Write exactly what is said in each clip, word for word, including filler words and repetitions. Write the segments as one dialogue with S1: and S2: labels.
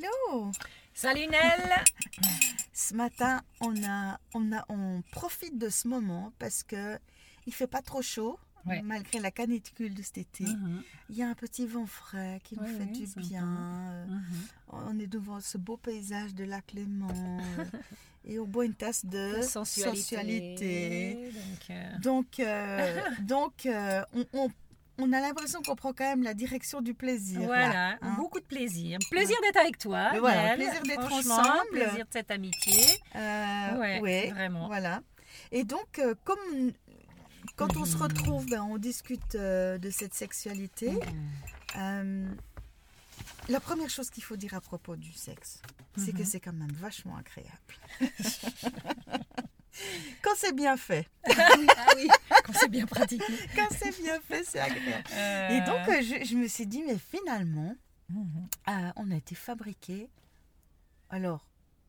S1: Hello!
S2: Salut Nel!
S1: Ce matin, on, a, on, a, on profite de ce moment parce que il fait pas trop chaud,
S2: ouais.
S1: malgré la canicule de cet été.
S2: Uh-huh.
S1: Il y a un petit vent frais qui nous
S2: ouais,
S1: fait
S2: ouais,
S1: du
S2: sympa.
S1: bien.
S2: Uh-huh.
S1: On est devant ce beau paysage de lac Léman et on boit une tasse de
S2: La sensualité.
S1: sensualité.
S2: Donc, euh...
S1: donc, euh, donc euh, on, on On a l'impression qu'on prend quand même la direction du plaisir.
S2: Voilà,
S1: là, hein.
S2: Beaucoup de plaisir. Plaisir ouais. d'être avec toi.
S1: Mais voilà,
S2: Nel,
S1: plaisir d'être
S2: ensemble.
S1: ensemble.
S2: Plaisir de cette amitié.
S1: Euh,
S2: ouais,
S1: ouais,
S2: vraiment.
S1: Voilà. Et donc, euh, comme quand mmh. on se retrouve, ben, on discute euh, de cette sexualité. Mmh. Euh, la première chose qu'il faut dire à propos du sexe, mmh. c'est que c'est quand même vachement agréable. Quand c'est bien fait.
S2: Ah oui, quand c'est bien pratiqué.
S1: Quand c'est bien fait, c'est agréable. Euh... Et donc, euh, je, je me suis dit, mais finalement, mm-hmm. euh, on a été fabriqués. Alors,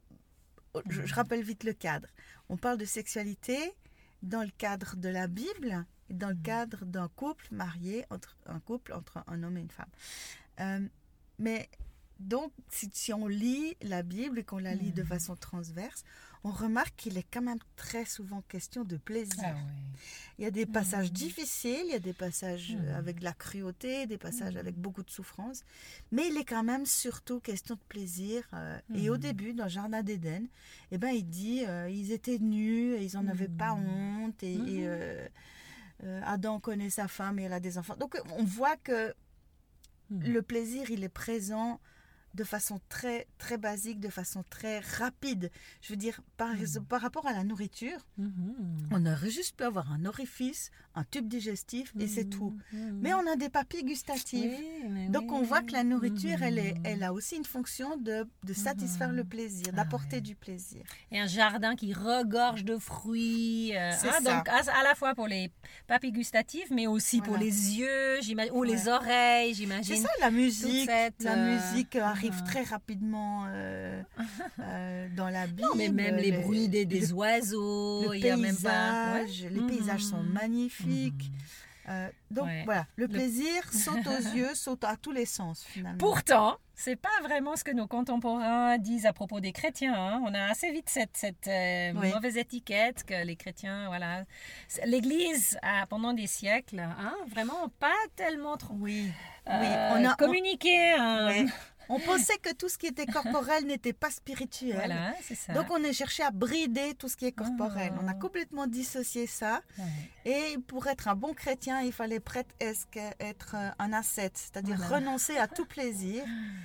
S1: je, je rappelle vite le cadre. On parle de sexualité dans le cadre de la Bible et dans le cadre d'un couple marié, entre, un couple entre un homme et une femme. Euh, mais donc, si, si on lit la Bible et qu'on la lit mm-hmm. de façon transverse, on remarque qu'il est quand même très souvent question de plaisir. Ah oui. Il y a des passages mmh. difficiles, il y a des passages mmh. avec de la cruauté, des passages mmh. avec beaucoup de souffrance, mais il est quand même surtout question de plaisir. Euh, mmh. Et au début, dans le Jardin d'Éden, eh ben, il dit euh, ils étaient nus, et ils n'en avaient mmh. pas honte, et, mmh. et euh, euh, Adam connaît sa femme et elle a des enfants. Donc on voit que mmh. le plaisir, il est présent de façon très, très basique, de façon très rapide. Je veux dire, par, mmh. par rapport à la nourriture, mmh. on aurait juste pu avoir un orifice, un tube digestif, et mmh. c'est tout. Mmh. Mais on a des papilles gustatives. Oui, Donc, oui. on voit que la nourriture, mmh. elle, est, elle a aussi une fonction de, de satisfaire mmh. le plaisir, d'apporter ah, ouais. du plaisir.
S2: Et un jardin qui regorge de fruits. Euh,
S1: c'est
S2: hein,
S1: ça.
S2: Donc, à, à la fois pour les papilles gustatives, mais aussi voilà. pour les yeux, j'imagine, ou ouais. les oreilles, j'imagine.
S1: C'est ça, la musique.
S2: Cette,
S1: la
S2: euh...
S1: musique arrive arrive très rapidement euh, euh, dans la Bible.
S2: Non, mais même les, les bruits des, des
S1: le,
S2: oiseaux.
S1: Le
S2: il
S1: paysage,
S2: y a même pas... ouais.
S1: les
S2: mmh.
S1: paysages sont magnifiques. Mmh. Euh, donc ouais. voilà, le plaisir le... saute aux yeux, saute à tous les sens finalement.
S2: Pourtant, c'est pas vraiment ce que nos contemporains disent à propos des chrétiens. Hein. On a assez vite cette, cette euh, oui. mauvaise étiquette que les chrétiens, voilà. L'Église a pendant des siècles, hein, vraiment pas tellement trop.
S1: Oui.
S2: Euh,
S1: oui. On a
S2: communiqué.
S1: On...
S2: Hein.
S1: Ouais. On pensait que tout ce qui était corporel n'était pas spirituel.
S2: Voilà, c'est ça.
S1: Donc, on a cherché à brider tout ce qui est corporel. Oh. On a complètement dissocié ça. Ouais. Et pour être un bon chrétien, il fallait presque être un ascète, c'est-à-dire voilà. renoncer à tout plaisir.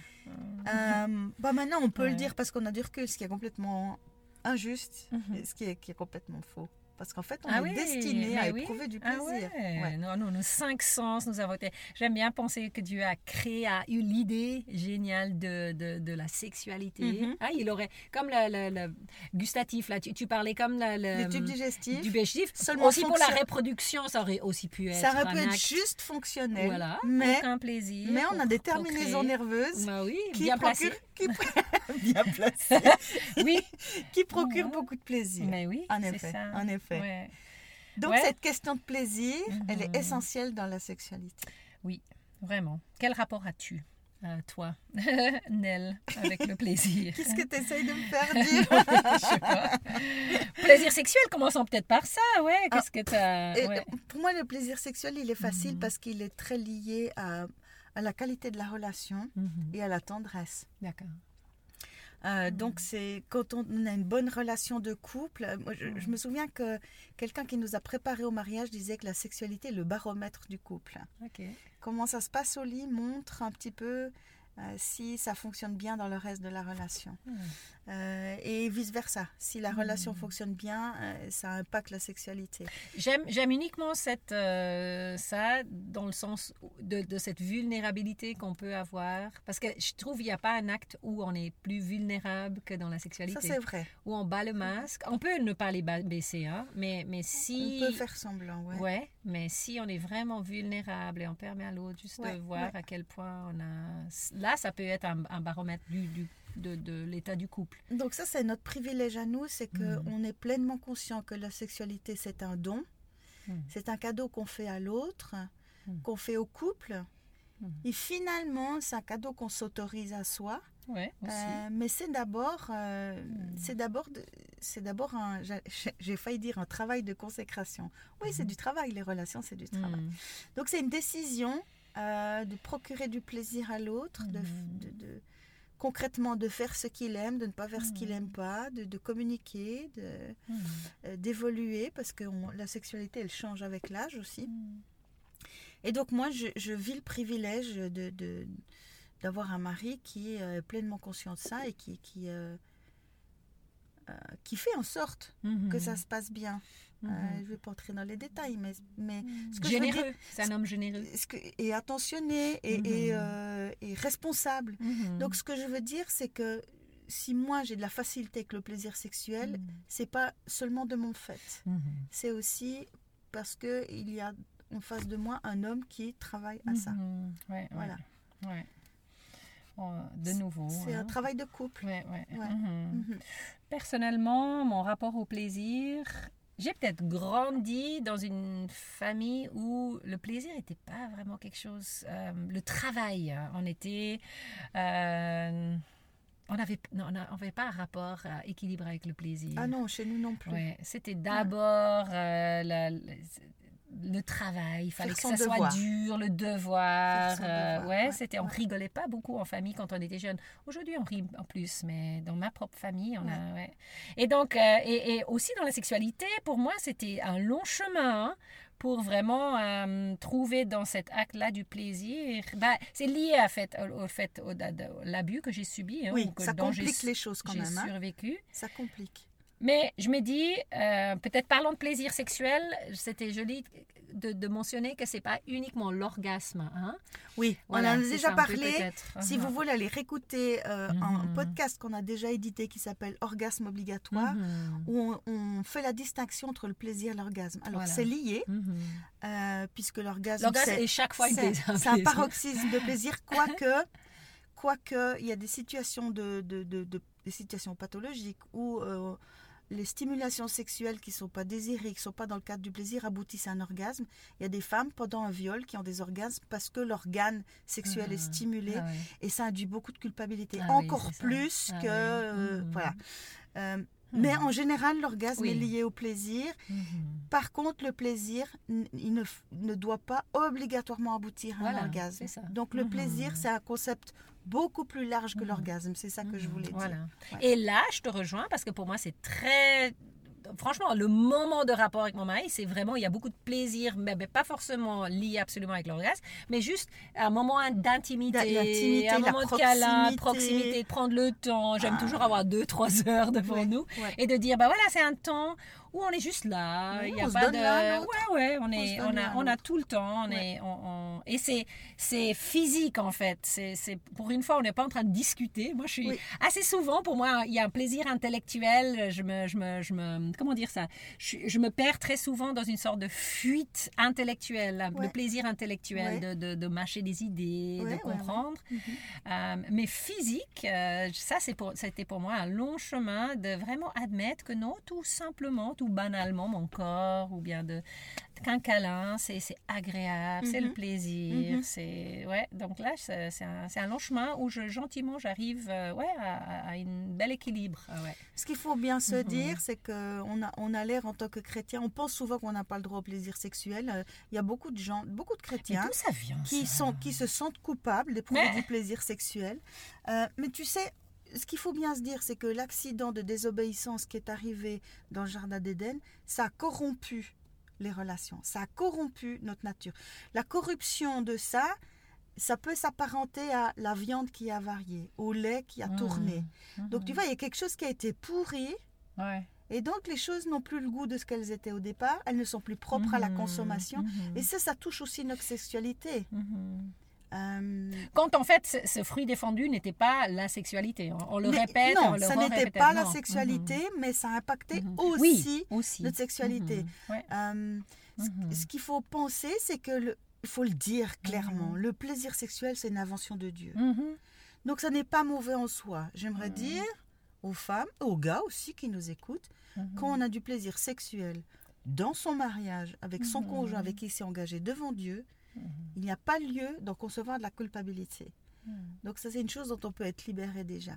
S1: euh, bah maintenant, on peut ouais. le dire parce qu'on a du recul, ce qui est complètement injuste, mm-hmm. et ce qui est, qui est complètement faux. Parce qu'en fait, on ah est oui, destiné à éprouver oui. du plaisir.
S2: Ah ouais. Ouais. Nous, nous, nos cinq sens, nous avons été... J'aime bien penser que Dieu a créé, a eu l'idée géniale de, de, de la sexualité. Mm-hmm. Ah, il aurait, comme le, le, le gustatif, là, tu, tu parlais comme le...
S1: Le, le tube digestif.
S2: Du digestif. Seulement aussi fonction... pour la reproduction, ça aurait aussi pu être
S1: Ça aurait pu
S2: un
S1: être
S2: acte.
S1: juste fonctionnel.
S2: Voilà,
S1: mais,
S2: aucun plaisir.
S1: Mais on a des terminaisons
S2: créer.
S1: nerveuses
S2: bah oui,
S1: qui
S2: bien
S1: procurent...
S2: placées.
S1: Qui... bien placées.
S2: oui.
S1: Qui procurent ouais. beaucoup de plaisir.
S2: Mais oui,
S1: en effet.
S2: Ça.
S1: En effet.
S2: Ouais.
S1: Donc,
S2: ouais.
S1: cette question de plaisir, mmh. elle est essentielle dans la sexualité.
S2: Oui, vraiment. Quel rapport as-tu, euh, toi, Nel, avec le plaisir?
S1: Qu'est-ce que tu essayes de me faire dire?
S2: Je sais pas. Plaisir sexuel, commençons peut-être par ça, ouais. Qu'est-ce ah, que tu as... Ouais.
S1: Pour moi, le plaisir sexuel, il est facile mmh. parce qu'il est très lié à, à la qualité de la relation mmh. et à la tendresse.
S2: D'accord.
S1: Euh, mmh. Donc, c'est quand on a une bonne relation de couple. Moi, je, mmh. je me souviens que quelqu'un qui nous a préparés au mariage disait que la sexualité est le baromètre du couple.
S2: Okay.
S1: Comment ça se passe au lit montre un petit peu euh, si ça fonctionne bien dans le reste de la relation. Mmh. Euh, et vice-versa. Si la mmh. relation fonctionne bien, euh, ça impacte la sexualité.
S2: J'aime, j'aime uniquement cette, euh, ça dans le sens de, de cette vulnérabilité qu'on peut avoir. Parce que je trouve qu'il n'y a pas un acte où on est plus vulnérable que dans la sexualité.
S1: Ça, c'est vrai.
S2: Où on bat le masque. On peut ne pas les baisser, hein, mais, mais si...
S1: On peut faire semblant, ouais.
S2: Ouais, mais si on est vraiment vulnérable et on permet à l'autre juste ouais, de voir ouais. à quel point on a... Là, ça peut être un, un baromètre du, du De, de l'état du couple.
S1: Donc ça, c'est notre privilège à nous, c'est qu'on mmh. est pleinement conscient que la sexualité, c'est un don, mmh. c'est un cadeau qu'on fait à l'autre, mmh. qu'on fait au couple, Mmh. Et finalement, c'est un cadeau qu'on s'autorise à soi.
S2: Ouais, aussi.
S1: Euh, mais c'est d'abord, euh, mmh. c'est d'abord, de, c'est d'abord un, j'ai failli dire un travail de consécration. Oui, mmh. c'est du travail, les relations, c'est du travail. Mmh. Donc c'est une décision euh, de procurer du plaisir à l'autre, mmh. de, de, de, concrètement de faire ce qu'il aime, de ne pas faire mmh. ce qu'il n'aime pas, de, de communiquer, de, mmh. euh, d'évoluer, parce que on, la sexualité, elle change avec l'âge aussi. Mmh. Et donc moi, je, je vis le privilège de... de d'avoir un mari qui est euh, pleinement conscient de ça et qui, qui, euh, euh, qui fait en sorte mmh. que ça se passe bien. Mmh. Euh, je ne vais pas entrer dans les détails, mais... mais
S2: mmh. ce que généreux, je veux dire, c'est un homme généreux.
S1: Ce que, et attentionné et, mmh. et, euh, et responsable. Mmh. Donc ce que je veux dire, c'est que si moi j'ai de la facilité avec le plaisir sexuel, mmh. ce n'est pas seulement de mon fait. Mmh. C'est aussi parce qu'il y a en face de moi un homme qui travaille à ça.
S2: Mmh. Ouais, voilà. Ouais. Ouais. De nouveau.
S1: C'est
S2: hein.
S1: un travail de couple.
S2: Ouais, ouais.
S1: Ouais.
S2: Mm-hmm. Mm-hmm. Personnellement, mon rapport au plaisir, j'ai peut-être grandi dans une famille où le plaisir n'était pas vraiment quelque chose... Euh, le travail, on était... Euh, on n'avait on n'avait pas un rapport euh, équilibré avec le plaisir.
S1: Ah non, chez nous non plus.
S2: Ouais, c'était d'abord... Euh, la, la, le travail, il fallait
S1: Faire
S2: que ça
S1: devoir.
S2: soit dur, le devoir.
S1: Euh,
S2: devoir. Ouais, ouais, c'était, on ouais. rigolait pas beaucoup en famille quand on était jeune. Aujourd'hui, on rit en plus, mais dans ma propre famille, on ouais. a... Ouais. Et donc, euh, et, et aussi dans la sexualité, pour moi, c'était un long chemin hein, pour vraiment euh, trouver dans cet acte-là du plaisir. Bah, c'est lié à fait, au, au fait au, au, l'abus que j'ai subi. Hein,
S1: oui,
S2: que,
S1: ça complique les choses quand même.
S2: J'ai
S1: hein.
S2: survécu.
S1: Ça complique.
S2: Mais je me dis, euh, peut-être parlant de plaisir sexuel, c'était joli de, de mentionner que ce n'est pas uniquement l'orgasme. Hein?
S1: Oui, voilà, on en a déjà parlé.
S2: Uh-huh.
S1: Si vous voulez aller réécouter euh, mm-hmm. un podcast qu'on a déjà édité qui s'appelle Orgasme obligatoire, mm-hmm. où on, on fait la distinction entre le plaisir et l'orgasme. Alors, voilà. c'est lié, mm-hmm. euh, puisque l'orgasme,
S2: l'orgasme
S1: c'est,
S2: est chaque fois une
S1: c'est,
S2: plaisir.
S1: c'est un paroxysme de plaisir, quoique... Quoique, il y a des situations, de, de, de, de, des situations pathologiques où euh, les stimulations sexuelles qui ne sont pas désirées, qui ne sont pas dans le cadre du plaisir, aboutissent à un orgasme. Il y a des femmes, pendant un viol, qui ont des orgasmes parce que l'organe sexuel ah, est stimulé. Ah, oui. Et ça induit beaucoup de culpabilité. Ah, Encore oui, plus ah, que... Oui. Euh, mmh. Voilà. Euh, mmh. Mais en général, l'orgasme oui. est lié au plaisir. Mmh. Par contre, le plaisir, il ne, ne doit pas obligatoirement aboutir à voilà, un orgasme. Donc, le mmh. plaisir, c'est un concept beaucoup plus large que mmh. l'orgasme. C'est ça que mmh. je voulais
S2: voilà.
S1: dire.
S2: Ouais. Et là, je te rejoins parce que pour moi, c'est très... Franchement, le moment de rapport avec mon mari, c'est vraiment, il y a beaucoup de plaisir, mais, mais pas forcément lié absolument avec l'orgasme, mais juste un moment d'intimité,
S1: L'intimité,
S2: un moment
S1: la
S2: de câlin, de proximité, de prendre le temps. J'aime ah. toujours avoir deux, trois heures devant ouais, nous ouais. et de dire, bah voilà, c'est un temps où on est juste là,
S1: oui,
S2: il y a
S1: on
S2: pas
S1: se
S2: de,
S1: ouais
S2: ouais, on est,
S1: on,
S2: on a, on a tout le temps, on ouais. est, on, on... et c'est, c'est physique en fait. C'est, c'est pour une fois, on n'est pas en train de discuter. Moi, je suis oui. assez souvent, pour moi, il y a un plaisir intellectuel. Je me, je me, je me, comment dire ça? Je, je me perds très souvent dans une sorte de fuite intellectuelle, ouais. le plaisir intellectuel ouais. de, de, de mâcher des idées, ouais, de comprendre. Ouais, ouais. Euh, mais physique, euh, ça, c'est pour, c'était pour moi un long chemin de vraiment admettre que non, tout simplement, tout banalement, mon corps, ou bien de qu'un câlin, c'est, c'est agréable, mm-hmm. c'est le plaisir. Mm-hmm. C'est, ouais, donc là, c'est, c'est, un, c'est un long chemin où je, gentiment, j'arrive euh, ouais, à, à un bel équilibre. Ah ouais.
S1: Ce qu'il faut bien se mm-hmm. dire, c'est qu'on a, on a l'air en tant que chrétien, on pense souvent qu'on n'a pas le droit au plaisir sexuel. Il euh, y a beaucoup de gens, beaucoup de chrétiens
S2: ça vient,
S1: qui,
S2: ça.
S1: Sont, qui se sentent coupables d'éprouver mais... du plaisir sexuel. Euh, mais tu sais, ce qu'il faut bien se dire, c'est que l'accident de désobéissance qui est arrivé dans le jardin d'Éden, ça a corrompu les relations, ça a corrompu notre nature. La corruption de ça, ça peut s'apparenter à la viande qui a varié, au lait qui a mmh. tourné. Mmh. Donc tu vois, il y a quelque chose qui a été pourri,
S2: ouais.
S1: et donc les choses n'ont plus le goût de ce qu'elles étaient au départ, elles ne sont plus propres mmh. à la consommation, mmh. et ça, ça touche aussi notre sexualité. Mmh.
S2: Euh... Quand en fait ce, ce fruit défendu n'était pas la sexualité, on, on le
S1: mais
S2: répète,
S1: non,
S2: on le
S1: ça
S2: répète,
S1: n'était pas
S2: non.
S1: la sexualité, mm-hmm. mais ça impactait mm-hmm. aussi, oui, aussi notre sexualité. Mm-hmm. Ouais. Euh, mm-hmm. ce, ce qu'il faut penser, c'est que le, il faut le dire clairement, mm-hmm. le plaisir sexuel, c'est une invention de Dieu. Mm-hmm. Donc ça n'est pas mauvais en soi. J'aimerais mm-hmm. dire aux femmes, aux gars aussi qui nous écoutent, mm-hmm. quand on a du plaisir sexuel dans son mariage, avec son mm-hmm. conjoint avec qui il s'est engagé devant Dieu, Mmh. Il n'y a pas lieu d'en concevoir de la culpabilité. Mmh. Donc ça, c'est une chose dont on peut être libéré déjà.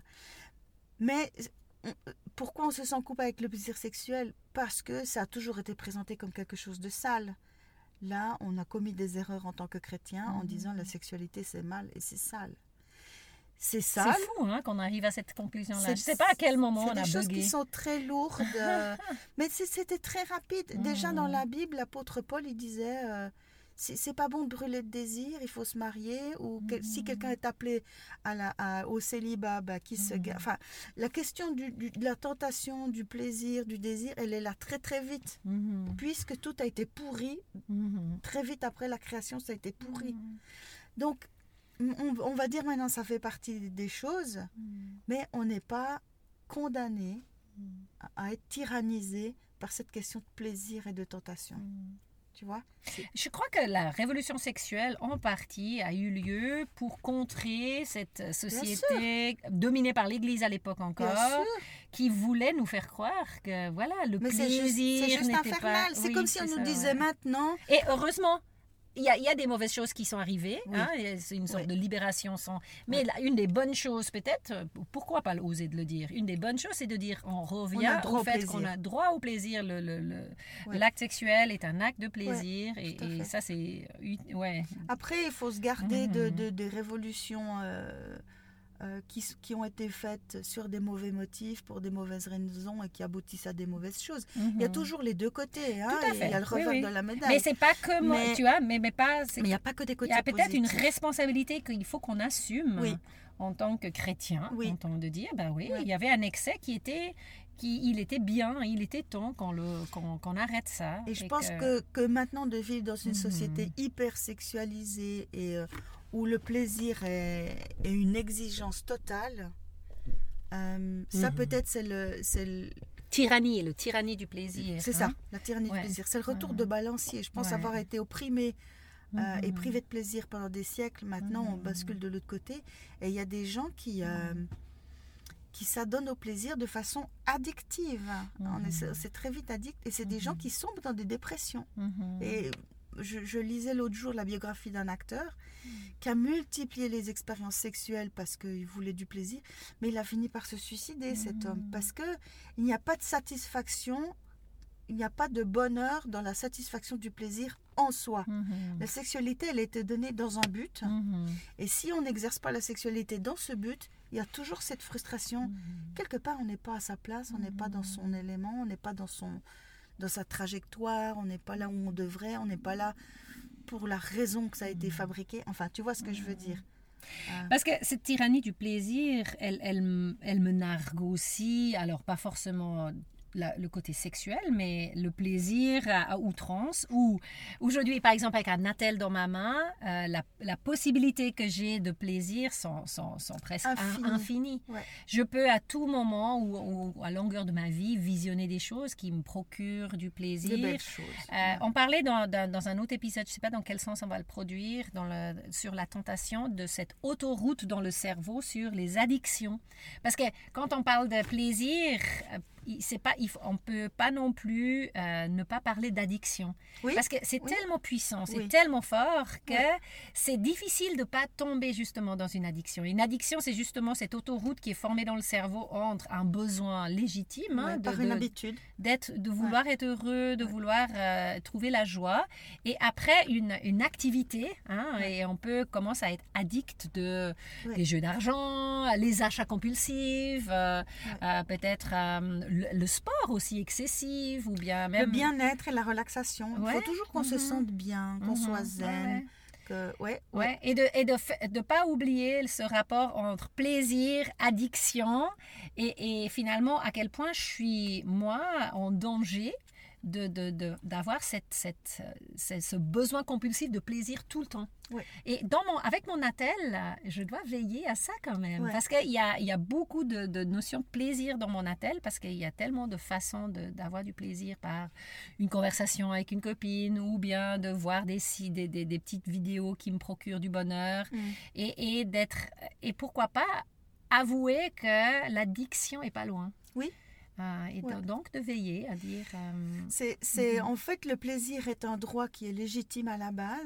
S1: Mais on, pourquoi on se sent coupable avec le plaisir sexuel? Parce que ça a toujours été présenté comme quelque chose de sale. Là, on a commis des erreurs en tant que chrétien mmh. en disant la sexualité c'est mal et c'est sale. C'est sale.
S2: C'est fou hein, qu'on arrive à cette conclusion-là. Je ne sais pas à quel moment on a bugué.
S1: C'est des choses qui sont très lourdes. euh, mais c'était très rapide. Mmh. Déjà dans la Bible, l'apôtre Paul, il disait euh, c'est pas bon de brûler de désir, il faut se marier. Ou que, mmh. si quelqu'un est appelé à la, à, au célibat, bah, qui mmh. se garde. Enfin, la question du, du, de la tentation, du plaisir, du désir, elle est là très très vite. Mmh. Puisque tout a été pourri. Mmh. Très vite après la création, ça a été pourri. Mmh. Donc, On, on va dire maintenant ça fait partie des choses, mmh. mais on n'est pas condamné mmh. à, à être tyrannisé par cette question de plaisir et de tentation. Mmh. Tu vois ?
S2: Je crois que la révolution sexuelle, en partie, a eu lieu pour contrer cette société dominée par l'Église à l'époque encore, qui voulait nous faire croire que voilà, le
S1: mais
S2: plaisir
S1: c'est juste,
S2: n'était
S1: infernal.
S2: pas...
S1: C'est
S2: oui,
S1: comme si on nous disait ouais. maintenant...
S2: Et heureusement, Il y, a, il y a des mauvaises choses qui sont arrivées, oui. hein, c'est une sorte oui. de libération. Sans... Mais oui. là, une des bonnes choses, peut-être, pourquoi pas oser de le dire? Une des bonnes choses, c'est de dire on revient on au fait qu'on a droit au plaisir. Le, le, le, oui. L'acte sexuel est un acte de plaisir. Oui, et, et ça, c'est... Ouais.
S1: Après, il faut se garder mmh. de, de, de révolutions... Euh... Euh, qui, qui ont été faites sur des mauvais motifs, pour des mauvaises raisons et qui aboutissent à des mauvaises choses. Mm-hmm. Il y a toujours les deux côtés. Hein,
S2: Tout à fait.
S1: Il y a le revers oui, oui. de la médaille.
S2: Mais c'est pas que moi,
S1: mais,
S2: tu vois, mais, mais pas...
S1: Mais il n'y a pas que des côtés positifs.
S2: Il y a peut-être une responsabilité qu'il faut qu'on assume
S1: oui.
S2: en tant que chrétien,
S1: oui.
S2: en tant de dire, ben oui,
S1: oui,
S2: il y avait un excès qui était... Qui, il était bien, il était temps qu'on, le, qu'on, qu'on arrête ça.
S1: Et je et pense que... Que, que maintenant de vivre dans une mm-hmm. société hyper sexualisée et... Euh, où le plaisir est, est une exigence totale, euh, ça mmh. peut-être c'est le, c'est le...
S2: Tyrannie, le tyrannie du plaisir.
S1: C'est
S2: hein?
S1: ça, la tyrannie ouais. du plaisir. C'est le retour ouais. de balancier. Je pense ouais. avoir été opprimé euh, mmh. et privé de plaisir pendant des siècles. Maintenant, mmh. on bascule de l'autre côté. Et il y a des gens qui... Euh, mmh. qui s'adonnent au plaisir de façon addictive. Mmh. On est, c'est très vite addict. Et c'est mmh. des gens qui sombrent dans des dépressions. Mmh. Et je, je lisais l'autre jour la biographie d'un acteur mmh. qui a multiplié les expériences sexuelles parce qu'il voulait du plaisir, mais il a fini par se suicider, mmh. cet homme, parce qu'il n'y a pas de satisfaction, il n'y a pas de bonheur dans la satisfaction du plaisir en soi. Mmh. La sexualité, elle a été donnée dans un but, mmh. et si on n'exerce pas la sexualité dans ce but, il y a toujours cette frustration. Mmh. Quelque part, on n'est pas à sa place, on n'est mmh. pas dans son élément, on n'est pas dans son... dans sa trajectoire, on n'est pas là où on devrait, on n'est pas là pour la raison que ça a été fabriqué. Enfin, tu vois ce que je veux dire.
S2: Euh... Parce que cette tyrannie du plaisir, elle, elle, elle me nargue aussi, alors pas forcément... La, le côté sexuel, mais le plaisir à, à outrance, où aujourd'hui, par exemple, avec un attel dans ma main, euh, la, la possibilité que j'ai de plaisir sont, sont, sont presque infinies. Infini. Ouais. Je peux à tout moment ou, ou à longueur de ma vie visionner des choses qui me procurent du plaisir.
S1: Des belles choses.
S2: Euh, ouais. On parlait dans, dans, dans un autre épisode, je ne sais pas dans quel sens on va le produire, dans le, sur la tentation de cette autoroute dans le cerveau sur les addictions. Parce que quand on parle de plaisir, c'est pas, on ne peut pas non plus euh, ne pas parler d'addiction. Oui. Parce que c'est oui. tellement puissant, c'est oui. tellement fort que oui. c'est difficile de ne pas tomber justement dans une addiction. Une addiction, c'est justement cette autoroute qui est formée dans le cerveau entre un besoin légitime
S1: ouais,
S2: hein,
S1: par
S2: de,
S1: une
S2: de,
S1: habitude.
S2: D'être, de vouloir ouais. être heureux, de ouais. vouloir euh, trouver la joie. Et après, une, une activité, hein, ouais. et on peut commencer à être addict de, ouais. des jeux d'argent, les achats compulsifs, euh, ouais. euh, peut-être... Euh, Le, le sport aussi excessif ou bien même...
S1: Le bien-être et la relaxation. Ouais. Il faut toujours qu'on mm-hmm. se sente bien, qu'on mm-hmm. soit zen. Ouais. Que... Ouais, ouais.
S2: Ouais. Et de ne et de, de pas oublier ce rapport entre plaisir, addiction et, et finalement à quel point je suis, moi, en danger de, de, de, d'avoir cette, cette, cette, ce besoin compulsif de plaisir tout le temps. Ouais. Et dans mon, avec mon attel, je dois veiller à ça quand même. Ouais. Parce qu'il y a, il y a beaucoup de, de notions de plaisir dans mon attel, parce qu'il y a tellement de façons de, d'avoir du plaisir par une conversation avec une copine, ou bien de voir des, des, des, des petites vidéos qui me procurent du bonheur. Mm. Et, et, d'être, et pourquoi pas avouer que l'addiction n'est pas loin.
S1: Oui.
S2: Euh, et ouais. donc de veiller à dire... Euh,
S1: c'est, c'est, mm-hmm. En fait, le plaisir est un droit qui est légitime à la base.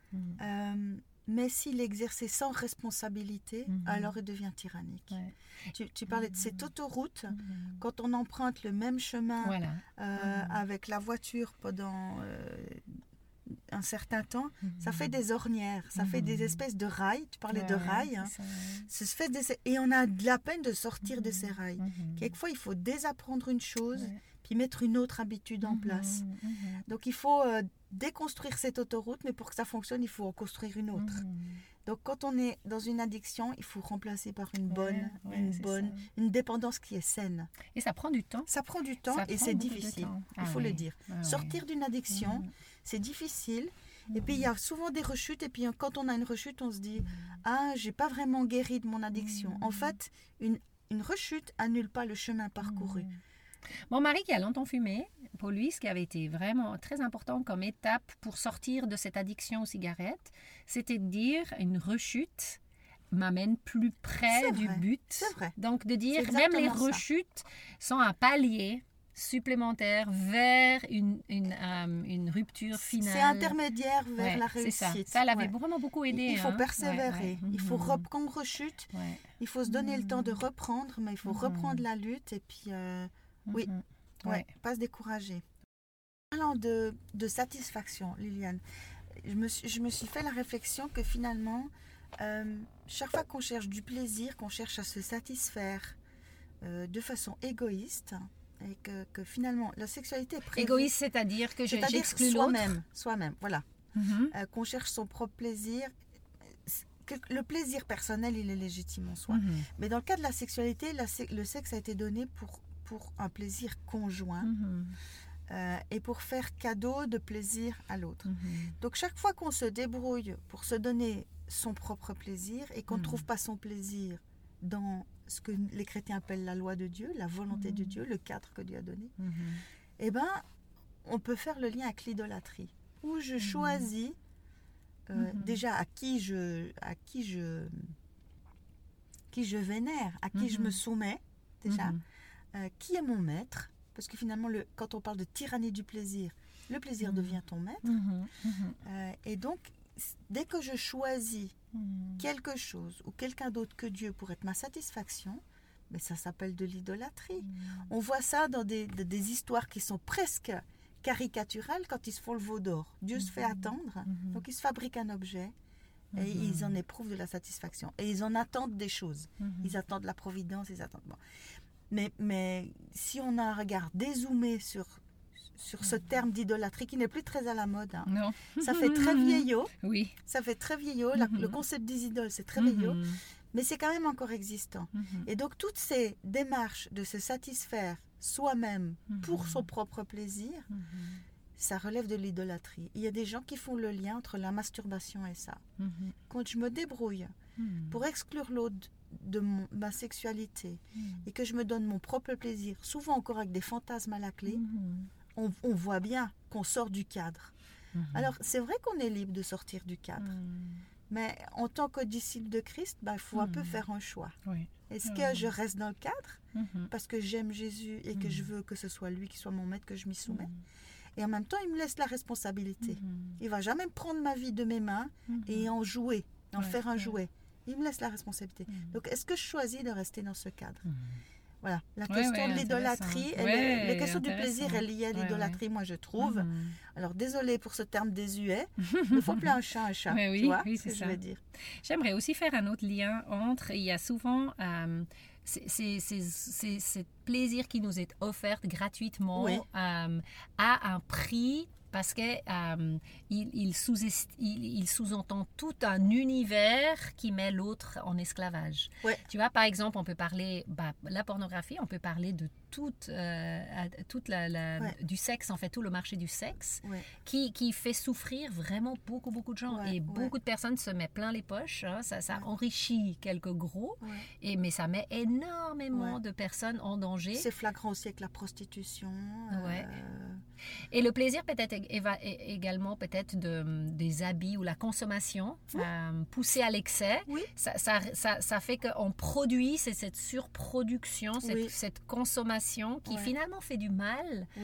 S1: Mmh. Euh, mais s'il est exercé sans responsabilité, mmh. alors il devient tyrannique. Ouais. Tu, tu parlais de cette autoroute. Mmh. Quand on emprunte le même chemin voilà. euh, mmh. avec la voiture pendant euh, un certain temps, mmh. ça fait des ornières, ça mmh. fait des espèces de rails. Tu parlais ouais, de rails. Hein. Ça, ouais. ça se fait des, et on a de la peine de sortir mmh. de ces rails. Mmh. Quelquefois, il faut désapprendre une chose, ouais. puis mettre une autre habitude en mmh. place. Mmh. Donc, il faut euh, déconstruire cette autoroute, mais pour que ça fonctionne, il faut en construire une autre. Mmh. Donc, quand on est dans une addiction, il faut remplacer par une bonne, ouais, ouais, une bonne, ça. une dépendance qui est saine.
S2: Et ça prend du temps.
S1: Ça prend du temps ça et c'est difficile, ah, il faut oui. le dire. Ah, Sortir oui. d'une addiction, mmh. c'est difficile. Et puis, il y a souvent des rechutes. Et puis, quand on a une rechute, on se dit « Ah, j'ai pas vraiment guéri de mon addiction. Mmh. » En fait, une, une rechute annule pas le chemin parcouru. Mmh.
S2: Mon mari, qui a longtemps fumé, pour lui, ce qui avait été vraiment très important comme étape pour sortir de cette addiction aux cigarettes, c'était de dire une rechute m'amène plus près
S1: c'est
S2: du
S1: vrai.
S2: but.
S1: C'est vrai.
S2: Donc, de dire même les rechutes ça. sont un palier supplémentaire vers une, une, um, une rupture finale.
S1: C'est intermédiaire vers
S2: ouais,
S1: la réussite.
S2: Ça, ça l'avait ouais. vraiment beaucoup aidé.
S1: Il faut
S2: hein.
S1: persévérer.
S2: Ouais, ouais.
S1: Il faut rep- quand on rechute, ouais. il faut se donner mmh. le temps de reprendre, mais il faut mmh. reprendre la lutte et puis, euh, mmh. oui, ouais. Ouais, pas se décourager. Parlant de, de satisfaction, Liliane, je me, suis, je me suis fait la réflexion que finalement, euh, chaque fois qu'on cherche du plaisir, qu'on cherche à se satisfaire euh, de façon égoïste, et que, que finalement la sexualité est prévue.
S2: Égoïste, c'est-à-dire que je,
S1: c'est-à-dire
S2: j'exclus
S1: soi-même,
S2: l'autre.
S1: Soi-même, voilà. Mm-hmm. Euh, qu'on cherche son propre plaisir. Que le plaisir personnel, il est légitime en soi. Mm-hmm. Mais dans le cas de la sexualité, la, le sexe a été donné pour, pour un plaisir conjoint mm-hmm. euh, et pour faire cadeau de plaisir à l'autre. Mm-hmm. Donc chaque fois qu'on se débrouille pour se donner son propre plaisir et qu'on ne mm-hmm. trouve pas son plaisir dans ce que les chrétiens appellent la loi de Dieu, la volonté mmh. de Dieu, le cadre que Dieu a donné, mmh. eh bien, on peut faire le lien avec l'idolâtrie, où je mmh. choisis euh, mmh. déjà à qui je, à qui je, qui je vénère, à qui mmh. je me soumets, déjà, mmh. euh, qui est mon maître, parce que finalement, le, quand on parle de tyrannie du plaisir, le plaisir mmh. devient ton maître, mmh. Euh, et donc, dès que je choisis mmh. quelque chose ou quelqu'un d'autre que Dieu pour être ma satisfaction, mais ça s'appelle de l'idolâtrie. Mmh. On voit ça dans des, des, des histoires qui sont presque caricaturales quand ils se font le veau d'or. Dieu mmh. se fait attendre, mmh. donc ils se fabriquent un objet et mmh. ils en éprouvent de la satisfaction. Et ils en attendent des choses. Mmh. Ils attendent la providence, ils attendent... Bon. Mais, mais si on a un regard dézoomé sur... sur ce terme d'idolâtrie qui n'est plus très à la mode. Hein.
S2: Non.
S1: Ça fait très vieillot.
S2: Oui.
S1: Ça fait très vieillot. La, mm-hmm. Le concept des idoles, c'est très vieillot. Mm-hmm. Mais c'est quand même encore existant. Mm-hmm. Et donc, toutes ces démarches de se satisfaire soi-même mm-hmm. pour son propre plaisir, mm-hmm. ça relève de l'idolâtrie. Il y a des gens qui font le lien entre la masturbation et ça. Mm-hmm. Quand je me débrouille mm-hmm. pour exclure l'autre de mon, ma sexualité mm-hmm. et que je me donne mon propre plaisir, souvent encore avec des fantasmes à la clé, mm-hmm. On, on voit bien qu'on sort du cadre. Mmh. Alors, c'est vrai qu'on est libre de sortir du cadre. Mmh. Mais en tant que disciple de Christ, bah, il faut mmh. un peu faire un choix. Oui. Est-ce mmh. que je reste dans le cadre mmh. parce que j'aime Jésus et mmh. que je veux que ce soit lui qui soit mon maître, que je m'y soumets mmh. Et en même temps, il me laisse la responsabilité. Mmh. Il ne va jamais prendre ma vie de mes mains mmh. et en jouer, en ouais, faire un ouais. jouet. Il me laisse la responsabilité. Mmh. Donc, est-ce que je choisis de rester dans ce cadre mmh. Voilà, la question ouais, ouais, de l'idolâtrie, elle, ouais, les questions du plaisir est liée à l'idolâtrie, ouais, ouais. moi je trouve. Mm-hmm. Alors désolée pour ce terme désuet, il ne faut plus un chat un chat,
S2: oui,
S1: tu vois
S2: oui,
S1: ce que
S2: ça.
S1: je veux dire.
S2: J'aimerais aussi faire un autre lien entre, il y a souvent euh, ce plaisir qui nous est offert gratuitement oui. euh, à un prix. Parce qu'il euh, il, il sous, il, il sous-entend tout un univers qui met l'autre en esclavage. Ouais. Tu vois, par exemple, on peut parler bah, la pornographie, on peut parler de toute, euh, toute la, la, ouais. du sexe, en fait, tout le marché du sexe, ouais. qui, qui fait souffrir vraiment beaucoup, beaucoup de gens. Ouais. Et beaucoup ouais. de personnes se mettent plein les poches. Hein, ça ça ouais. enrichit quelques gros, ouais. et, mais ça met énormément ouais. de personnes en danger.
S1: C'est flagrant aussi avec la prostitution.
S2: Ouais.
S1: Euh...
S2: Et le plaisir peut-être également peut-être de, des habits ou la consommation oui. euh, poussée à l'excès. Oui. Ça, ça, ça, ça fait qu'on produit c'est cette surproduction, cette, oui. cette consommation qui ouais. finalement fait du mal oui.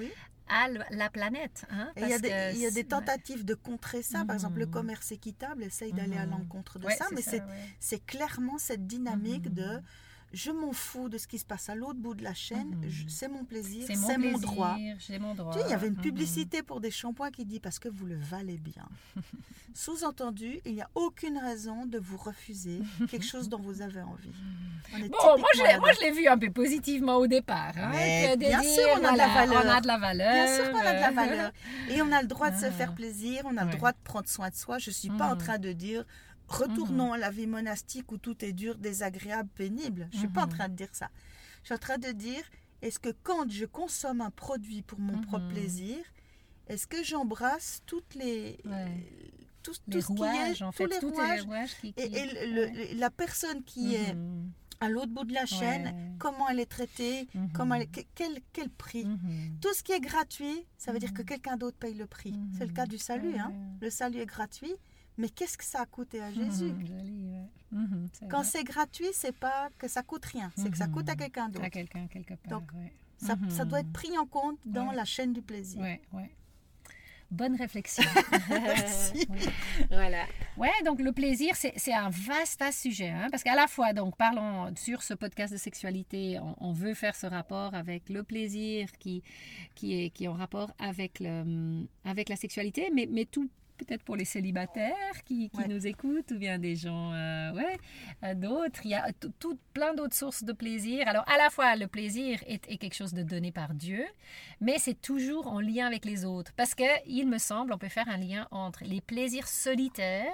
S2: à la planète. Hein,
S1: il, y a des, il y a des tentatives ouais. de contrer ça. Mmh. Par exemple, le commerce équitable essaye mmh. d'aller à l'encontre de ouais, ça, c'est mais ça, c'est, ouais. c'est clairement cette dynamique mmh. de je m'en fous de ce qui se passe à l'autre bout de la chaîne, mmh. je, c'est mon plaisir, c'est, mon, c'est plaisir, mon droit.
S2: J'ai mon droit.
S1: Tu sais, il y avait une publicité mmh. pour des shampoings qui dit parce que vous le valez bien. Sous-entendu, il n'y a aucune raison de vous refuser quelque chose dont vous avez envie.
S2: Bon, moi je, l'ai, moi je l'ai vu un peu positivement au départ. Hein,
S1: mais bien
S2: dire,
S1: sûr, on a,
S2: voilà,
S1: de la valeur.
S2: on a de la valeur.
S1: Bien sûr qu'on a de la valeur. Et on a le droit de se faire plaisir, on a ouais. le droit de prendre soin de soi. Je ne suis mmh. pas en train de dire retournons mmh. à la vie monastique où tout est dur, désagréable, pénible. Je ne suis mmh. pas en train de dire ça. Je suis en train de dire, est-ce que quand je consomme un produit pour mon mmh. propre plaisir, est-ce que j'embrasse toutes les... Ouais. Tout,
S2: les
S1: tout
S2: rouages,
S1: ce qui est,
S2: en fait,
S1: tous les
S2: tous
S1: rouages,
S2: les rouages qui, qui...
S1: et, et le, ouais. la personne qui mmh. est à l'autre bout de la chaîne, ouais. comment elle est traitée, mmh. comment elle, quel, quel prix. Mmh. Tout ce qui est gratuit, ça veut mmh. dire que quelqu'un d'autre paye le prix. Mmh. C'est le cas du salut. Ouais. Hein. Le salut est gratuit, mais qu'est-ce que ça a coûté à Jésus?
S2: Mmh. Joli, ouais. Mmh. C'est
S1: Quand
S2: vrai.
S1: c'est gratuit, c'est pas que ça coûte rien, c'est mmh. que ça coûte à quelqu'un d'autre.
S2: À quelqu'un, quelque part.
S1: Donc,
S2: ouais.
S1: ça,
S2: mmh.
S1: ça doit être pris en compte dans
S2: ouais.
S1: la chaîne du plaisir.
S2: Ouais, ouais. Bonne réflexion.
S1: Merci.
S2: Voilà. Ouais, donc le plaisir, c'est, c'est un vaste sujet. Hein, parce qu'à la fois, donc, parlons sur ce podcast de sexualité, on, on veut faire ce rapport avec le plaisir qui, qui, est, qui est en rapport avec, le, avec la sexualité, mais, mais tout peut-être pour les célibataires qui, qui ouais. nous écoutent, ou bien des gens, euh, ouais, euh, d'autres. Il y a tout, tout, plein d'autres sources de plaisir. Alors, à la fois, le plaisir est, est quelque chose de donné par Dieu, mais c'est toujours en lien avec les autres. Parce qu'il me semble, on peut faire un lien entre les plaisirs solitaires.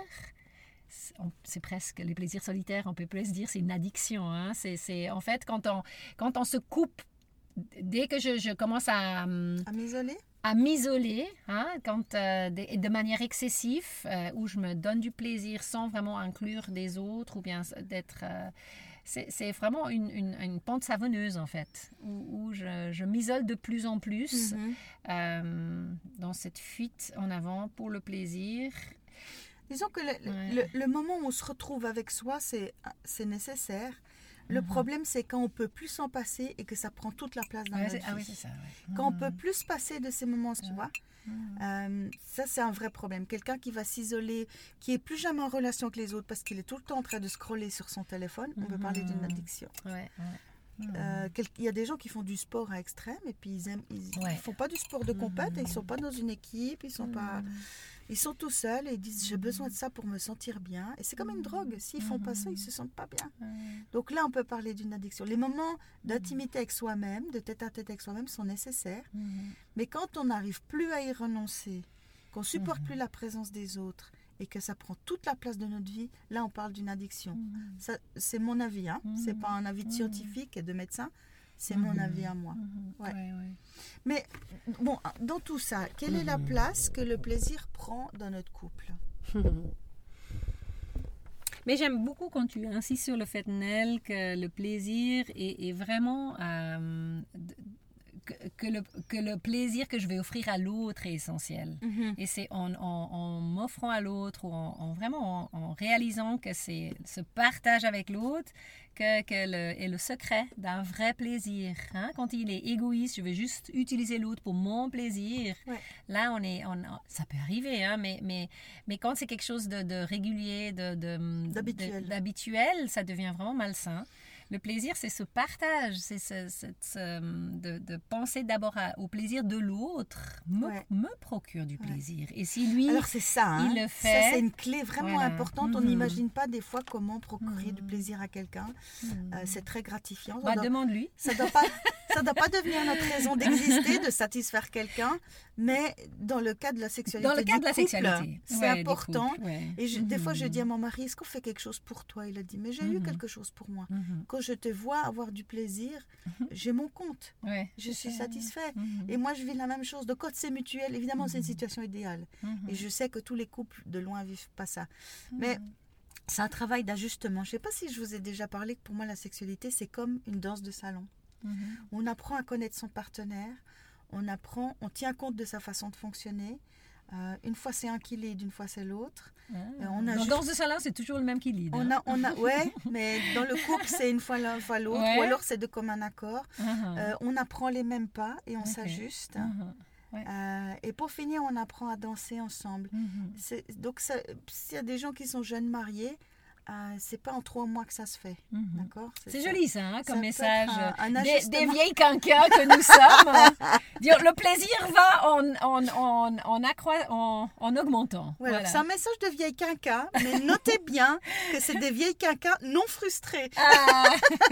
S2: C'est presque les plaisirs solitaires, on peut presque dire, c'est une addiction. Hein. C'est, c'est, en fait, quand on, quand on se coupe, dès que je, je commence à...
S1: À m'isoler
S2: à m'isoler, hein, quand, euh, de, de manière excessive, euh, où je me donne du plaisir sans vraiment inclure des autres, ou bien d'être... Euh, c'est, c'est vraiment une, une, une pente savonneuse, en fait, où, où je, je m'isole de plus en plus mm-hmm. euh, dans cette fuite en avant pour le plaisir.
S1: Disons que le, ouais. le, le moment où on se retrouve avec soi, c'est, c'est nécessaire. Le mmh. problème, c'est quand on ne peut plus s'en passer et que ça prend toute la place dans
S2: ouais,
S1: notre
S2: c'est,
S1: vie.
S2: Ah oui, c'est ça, ouais.
S1: Quand
S2: mmh.
S1: on ne peut plus se passer de ces moments, tu mmh. vois, mmh. Euh, ça, c'est un vrai problème. Quelqu'un qui va s'isoler, qui n'est plus jamais en relation avec les autres parce qu'il est tout le temps en train de scroller sur son téléphone, mmh. on peut parler d'une addiction.
S2: Ouais, ouais. Mmh.
S1: Euh, quel, il y a des gens qui font du sport à extrême et puis ils ne ouais. font pas du sport de compète, mmh. ils ne sont pas dans une équipe, ils sont mmh. pas... Ils sont tout seuls et ils disent j'ai besoin de ça pour me sentir bien. Et c'est comme une drogue. S'ils ne font pas ça, ils ne se sentent pas bien. Donc là, on peut parler d'une addiction. Les moments d'intimité avec soi-même, de tête à tête avec soi-même sont nécessaires. Mais quand on n'arrive plus à y renoncer, qu'on ne supporte plus la présence des autres et que ça prend toute la place de notre vie, là, on parle d'une addiction. Ça, c'est mon avis. Hein. Ce n'est pas un avis de scientifique et de médecin. C'est mmh. mon avis à moi. Mmh. Ouais. Ouais, ouais. Mais bon, dans tout ça, quelle mmh. est la place que le plaisir prend dans notre couple?
S2: Mais j'aime beaucoup quand tu insistes sur le fait, Nel, que le plaisir est, est vraiment... Euh, que, que, le, que le plaisir que je vais offrir à l'autre est essentiel. Mm-hmm. Et c'est en, en, en m'offrant à l'autre, ou en, en vraiment en, en réalisant que c'est ce partage avec l'autre que, que le, est le secret d'un vrai plaisir. Hein? Quand il est égoïste, je vais juste utiliser l'autre pour mon plaisir. Ouais. Là, on est, on, ça peut arriver, hein? mais, mais, mais quand c'est quelque chose de, de régulier, de, de,
S1: d'habituel.
S2: De, d'habituel, ça devient vraiment malsain. Le plaisir, c'est ce partage, c'est ce, ce, ce, de, de penser d'abord à, au plaisir de l'autre, me, ouais. me procure du plaisir. Ouais. Et si lui,
S1: alors c'est ça, hein,
S2: il le fait...
S1: Ça, c'est une clé vraiment voilà. importante. Mm-hmm. On n'imagine pas des fois comment procurer mm-hmm. du plaisir à quelqu'un. Mm-hmm. Euh, c'est très gratifiant.
S2: Bah, doit, demande-lui.
S1: Ça ne doit, doit pas devenir notre raison d'exister, de satisfaire quelqu'un, mais dans le cas de la sexualité,
S2: dans le cas de la
S1: couple,
S2: sexualité,
S1: c'est
S2: ouais,
S1: important.
S2: Couples, ouais.
S1: Et je,
S2: mm-hmm.
S1: des fois, je dis à mon mari, est-ce qu'on fait quelque chose pour toi? Il a dit, mais j'ai mm-hmm. eu quelque chose pour moi. Mm-hmm. Quand je te vois avoir du plaisir, mm-hmm. j'ai mon compte. Ouais, je suis ça. satisfait. Mm-hmm. Et moi, je vis la même chose. Donc, quand c'est mutuel, évidemment, mm-hmm. c'est une situation idéale. Mm-hmm. Et je sais que tous les couples de loin vivent pas ça. Mm-hmm. Mais c'est un travail d'ajustement. Je ne sais pas si je vous ai déjà parlé que pour moi, la sexualité, c'est comme une danse de salon. Mm-hmm. On apprend à connaître son partenaire, on apprend, on tient compte de sa façon de fonctionner. Euh, une fois c'est un qui lead, une fois c'est l'autre.
S2: Ah, euh, on a dans juste... danse de salon, c'est toujours le même qui lead.
S1: On a, on a, ouais, mais dans le couple, c'est une fois l'un, une fois l'autre, ouais. ou alors c'est de commun accord. Uh-huh. Euh, on apprend les mêmes pas et on okay. s'ajuste. Uh-huh.
S2: ouais.
S1: Euh, et pour finir, on apprend à danser ensemble.
S2: Mhm.
S1: C'est, donc, ça- s'il y a des gens qui sont jeunes mariés, euh, c'est pas en trois mois que ça se fait.
S2: Mhm.
S1: D'accord?
S2: C'est
S1: ça.
S2: joli ça, hein, comme
S1: Ça peut
S2: message.
S1: être un- un
S2: des,
S1: ajustement.
S2: des vieilles quinquas que nous sommes. hein. Dire, le plaisir va en, en, en, en, accroi- en, en augmentant.
S1: Voilà,
S2: Voilà.
S1: c'est un message de vieille quinca, mais notez bien que c'est des vieilles quinquas non frustrées.
S2: Ah.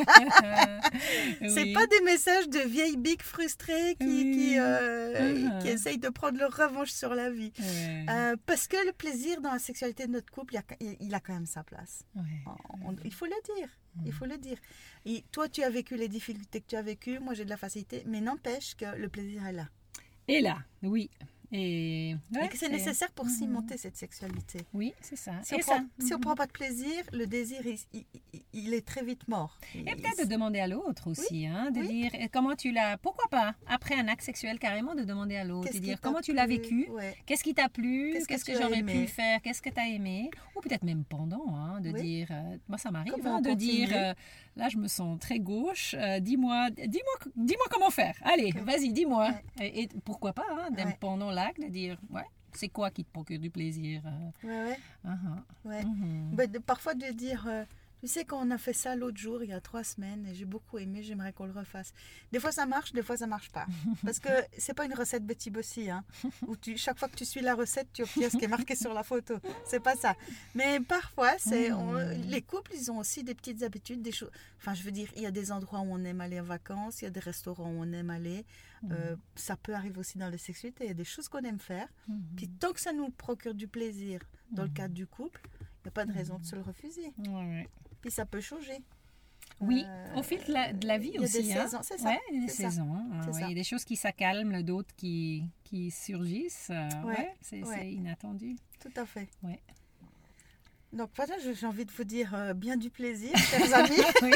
S1: C'est
S2: Oui.
S1: pas des messages de vieilles biques frustrées qui,
S2: Oui.
S1: qui, euh,
S2: Uh-huh.
S1: qui essayent de prendre leur revanche sur la vie.
S2: Ouais.
S1: Euh, parce que le plaisir dans la sexualité de notre couple, il, y a, il a quand même sa place.
S2: Ouais.
S1: On- on- il faut le dire. Il faut le dire. Et toi, tu as vécu les difficultés que tu as vécues. Moi, j'ai de la facilité. Mais n'empêche que le plaisir est là.
S2: Et là, oui. Et, ouais,
S1: et que c'est nécessaire pour cimenter cette sexualité.
S2: Oui, c'est ça.
S1: Si
S2: Et
S1: on
S2: ça.
S1: prend, si on prend pas de plaisir, le désir, il, il- il- il est très vite mort.
S2: Et
S1: Il-
S2: peut-être de demander à l'autre aussi, hein, de
S1: oui.
S2: dire eh, comment tu l'as, pourquoi pas, après un acte sexuel carrément, de demander à l'autre,
S1: Qu'est-ce
S2: de
S1: qui
S2: dire
S1: t'a
S2: comment tu l'as
S1: plu?
S2: vécu,
S1: Ouais.
S2: qu'est-ce qui t'a plu,
S1: Qu'est-ce
S2: qu'est-ce
S1: que
S2: que,
S1: tu as
S2: j'aurais
S1: aimé?
S2: pu faire, qu'est-ce que tu as aimé, ou peut-être même pendant, hein, de
S1: Oui.
S2: dire, euh, moi ça m'arrive,
S1: Comment
S2: hein,
S1: on
S2: de
S1: continue?
S2: dire, euh, là je me sens très gauche, euh, dis-moi, dis-moi, dis-moi comment faire, allez,
S1: Ok.
S2: vas-y, dis-moi.
S1: Ouais.
S2: Et, et pourquoi pas, hein, même
S1: Ouais.
S2: pendant l'acte, de dire, ouais, c'est quoi qui te procure du plaisir euh,
S1: Ouais, ouais,
S2: uh-huh.
S1: ouais.
S2: Mhm.
S1: Bah, de- parfois de dire, euh, tu sais, quand on a fait ça l'autre jour, il y a trois semaines, et j'ai beaucoup aimé, j'aimerais qu'on le refasse. Des fois ça marche, des fois ça marche pas. Parce que c'est pas une recette Betty Bossy, hein, où tu, chaque fois que tu suis la recette, tu obtiens ce qui est marqué sur la photo. C'est pas ça. Mais parfois, c'est, on- les couples, ils ont aussi des petites habitudes, des choses. Enfin, je veux dire, il y a des endroits où on aime aller en vacances, il y a des restaurants où on aime aller. Euh, ça peut arriver aussi dans les sexualités. Il y a des choses qu'on aime faire.
S2: Mhm.
S1: Puis tant que ça nous procure du plaisir dans le cadre du couple, il n'y a pas de raison de se le refuser.
S2: Ouais, ouais.
S1: Puis ça peut changer.
S2: Oui,
S1: Euh,
S2: au fil de la, de la vie
S1: il y a
S2: aussi.
S1: des
S2: hein.
S1: saisons, c'est ça,
S2: Ouais, il y a des
S1: c'est ça,
S2: saisons. hein.
S1: c'est
S2: Ouais,
S1: ça.
S2: il y a des choses qui s'accalment, d'autres qui, qui surgissent. Euh,
S1: Ouais,
S2: ouais, c'est
S1: ouais.
S2: c'est inattendu.
S1: Tout à fait.
S2: Ouais.
S1: Donc voilà, j'ai j'ai envie de vous dire euh, bien du plaisir, chers amis.
S2: Oui.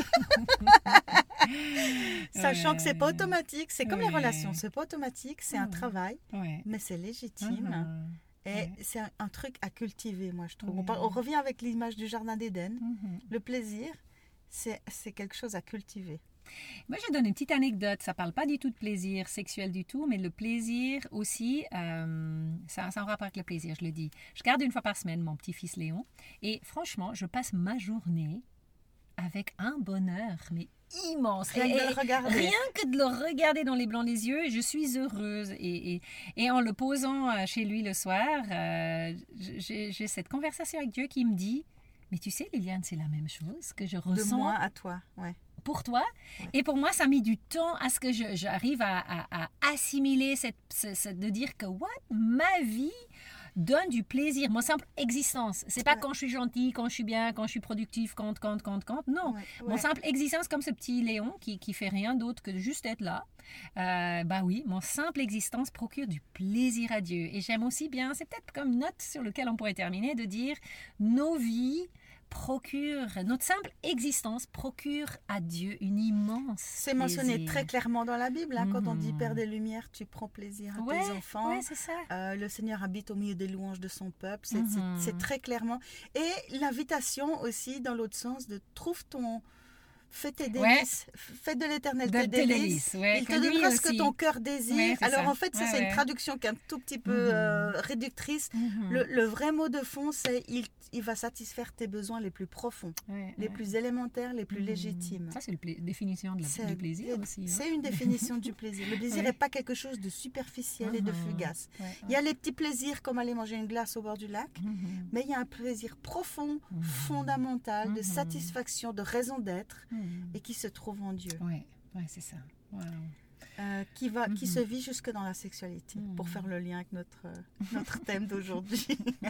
S1: Sachant que c'est pas
S2: Ouais.
S1: automatique. C'est comme les
S2: Ouais.
S1: relations, c'est pas automatique, c'est un
S2: Ouais.
S1: travail,
S2: Ouais.
S1: mais c'est légitime.
S2: Mhm.
S1: Et
S2: Ouais.
S1: c'est un, un truc à cultiver, moi, je trouve. On,
S2: Ouais.
S1: parle- on revient avec l'image du jardin d'Éden.
S2: Mhm.
S1: Le plaisir, c'est c'est quelque chose à cultiver.
S2: Moi, je donne une petite anecdote. Ça parle pas du tout de plaisir sexuel du tout, mais le plaisir aussi, euh, ça, ça a un rapport avec le plaisir, je le dis. Je garde une fois par semaine mon petit-fils Léon. Et franchement, je passe ma journée avec un bonheur, mais immense.
S1: Rien
S2: Et-
S1: que de
S2: et-
S1: le regarder.
S2: Rien que de le regarder dans les blancs des yeux, je suis heureuse. Et, et, et en le posant euh, chez lui le soir, euh, j'ai j'ai cette conversation avec Dieu qui me dit, mais tu sais, Liliane, c'est la même chose que je
S1: De
S2: ressens
S1: moi à toi, ouais.
S2: pour toi. Et pour moi, ça a mis du temps à ce que je- j'arrive à, à- à assimiler, cette, ce- ce- de dire que what, ma vie donne du plaisir, mon simple existence. C'est pas
S1: Ouais.
S2: quand je suis gentille, quand je suis bien, quand je suis productive, quand, quand, quand, quand. Non.
S1: Ouais,
S2: Mon
S1: ouais.
S2: simple existence, comme ce petit Léon qui, qui fait rien d'autre que de juste être là. Euh, bah oui, mon simple existence procure du plaisir à Dieu. Et j'aime aussi bien, c'est peut-être comme une note sur laquelle on pourrait terminer, de dire nos vies procure, notre simple existence procure à Dieu une immense
S1: C'est mentionné
S2: plaisir.
S1: très clairement dans la Bible. hein, Quand on dit
S2: Mhm.
S1: Père des Lumières, tu prends plaisir à
S2: Ouais,
S1: tes enfants.
S2: ouais, c'est ça.
S1: Euh, le Seigneur habite au milieu des louanges de son peuple. C'est c'est-
S2: Mhm.
S1: c'est très clairement. Et l'invitation aussi, dans l'autre sens, de trouve ton. Fais tes
S2: Ouais.
S1: délices. Fais de l'éternel
S2: De
S1: tes
S2: tes
S1: délices.
S2: délices, ouais,
S1: Il
S2: que
S1: te
S2: lui
S1: donnera ce que
S2: aussi.
S1: ton cœur désire.
S2: Ouais, c'est
S1: Alors
S2: ça.
S1: en fait, ça
S2: Ouais,
S1: c'est
S2: ouais.
S1: une traduction qui est un tout petit peu
S2: Mhm.
S1: euh, réductrice.
S2: Mhm.
S1: Le, le vrai mot de fond, c'est il, il va satisfaire tes besoins les plus profonds,
S2: Ouais,
S1: les
S2: ouais.
S1: plus élémentaires, les plus
S2: Mhm.
S1: légitimes.
S2: Ça, c'est la définition de la-
S1: C'est-
S2: du plaisir aussi. hein.
S1: C'est une définition du plaisir. Le plaisir n'est
S2: Ouais.
S1: pas quelque chose de superficiel et de
S2: Mhm.
S1: fugace.
S2: Ouais,
S1: Il y a les petits plaisirs comme aller manger une glace au bord du lac,
S2: Mhm.
S1: mais il y a un plaisir profond,
S2: Mhm.
S1: fondamental, de
S2: Mhm.
S1: satisfaction, de raison d'être,
S2: Mhm.
S1: et qui se trouve en Dieu,
S2: Ouais, ouais, c'est ça. Wow.
S1: euh, qui, va, qui
S2: Mhm.
S1: se vit jusque dans la sexualité,
S2: Mhm.
S1: pour faire le lien avec notre, euh, notre thème d'aujourd'hui.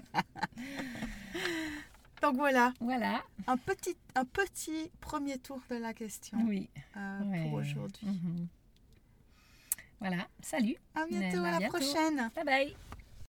S1: Donc voilà,
S2: Voilà,
S1: un petit, un petit premier tour de la question
S2: oui.
S1: euh,
S2: Ouais.
S1: pour aujourd'hui.
S2: Mhm. Voilà, salut.
S1: À bientôt,
S2: À
S1: à la
S2: bientôt.
S1: prochaine.
S2: Bye bye.